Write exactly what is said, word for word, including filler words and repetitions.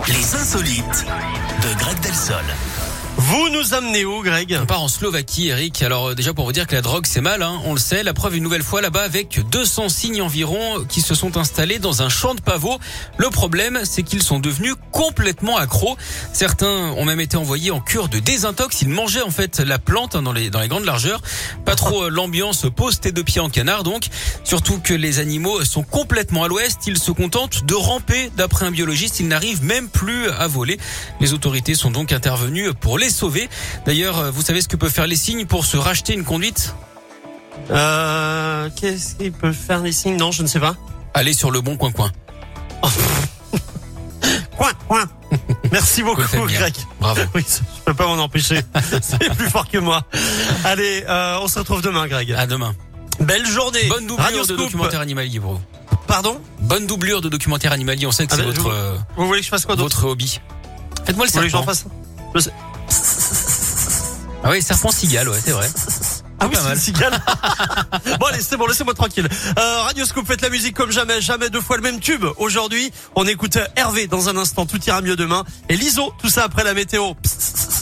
Les insolites de Greg Delsol. Vous nous amenez où, Greg? On part en Slovaquie, Eric. Alors déjà pour vous dire que la drogue c'est mal, hein, on le sait. La preuve une nouvelle fois là-bas avec deux cents cygnes environ qui se sont installés dans un champ de pavots. Le problème c'est qu'ils sont devenus complètement accros. Certains ont même été envoyés en cure de désintox. Ils mangeaient en fait la plante hein, dans les dans les grandes largeurs. Pas trop euh, l'ambiance pose tes deux pieds en canard donc. Surtout que les animaux sont complètement à l'ouest. Ils se contentent de ramper. D'après un biologiste, ils n'arrivent même plus à voler. Les autorités sont donc intervenues pour les sauver. D'ailleurs, vous savez ce que peuvent faire les cygnes pour se racheter une conduite? Euh, qu'est-ce qu'ils peuvent faire les cygnes? Non, je ne sais pas. Aller sur le bon coin coin. Coin, coin. Merci beaucoup, Greg. Bravo. Oui, je peux pas m'en empêcher. C'est plus fort que moi. Allez, euh, on se retrouve demain, Greg. À demain. Belle journée. Bonne doublure Radio de Scoop. documentaire animalier, bro. Pardon? Bonne doublure de documentaire animalier. On sait que Ah c'est ben, votre, vous, euh, vous voulez que je fasse quoi d'autre? votre hobby. Faites-moi le Vous voulez que j'en serpent. fasse? Je sais. Ah oui, serpent cigale, ouais, c'est vrai. Ah oui, pas c'est mal. une cigale. Bon allez, c'est bon, laissez-moi tranquille. Euh, Radio Scoop, faites la musique comme jamais, jamais deux fois le même tube. Aujourd'hui, on écoute Hervé dans un instant, tout ira mieux demain. Et l'I S O, tout ça après la météo. Psst, psst, psst.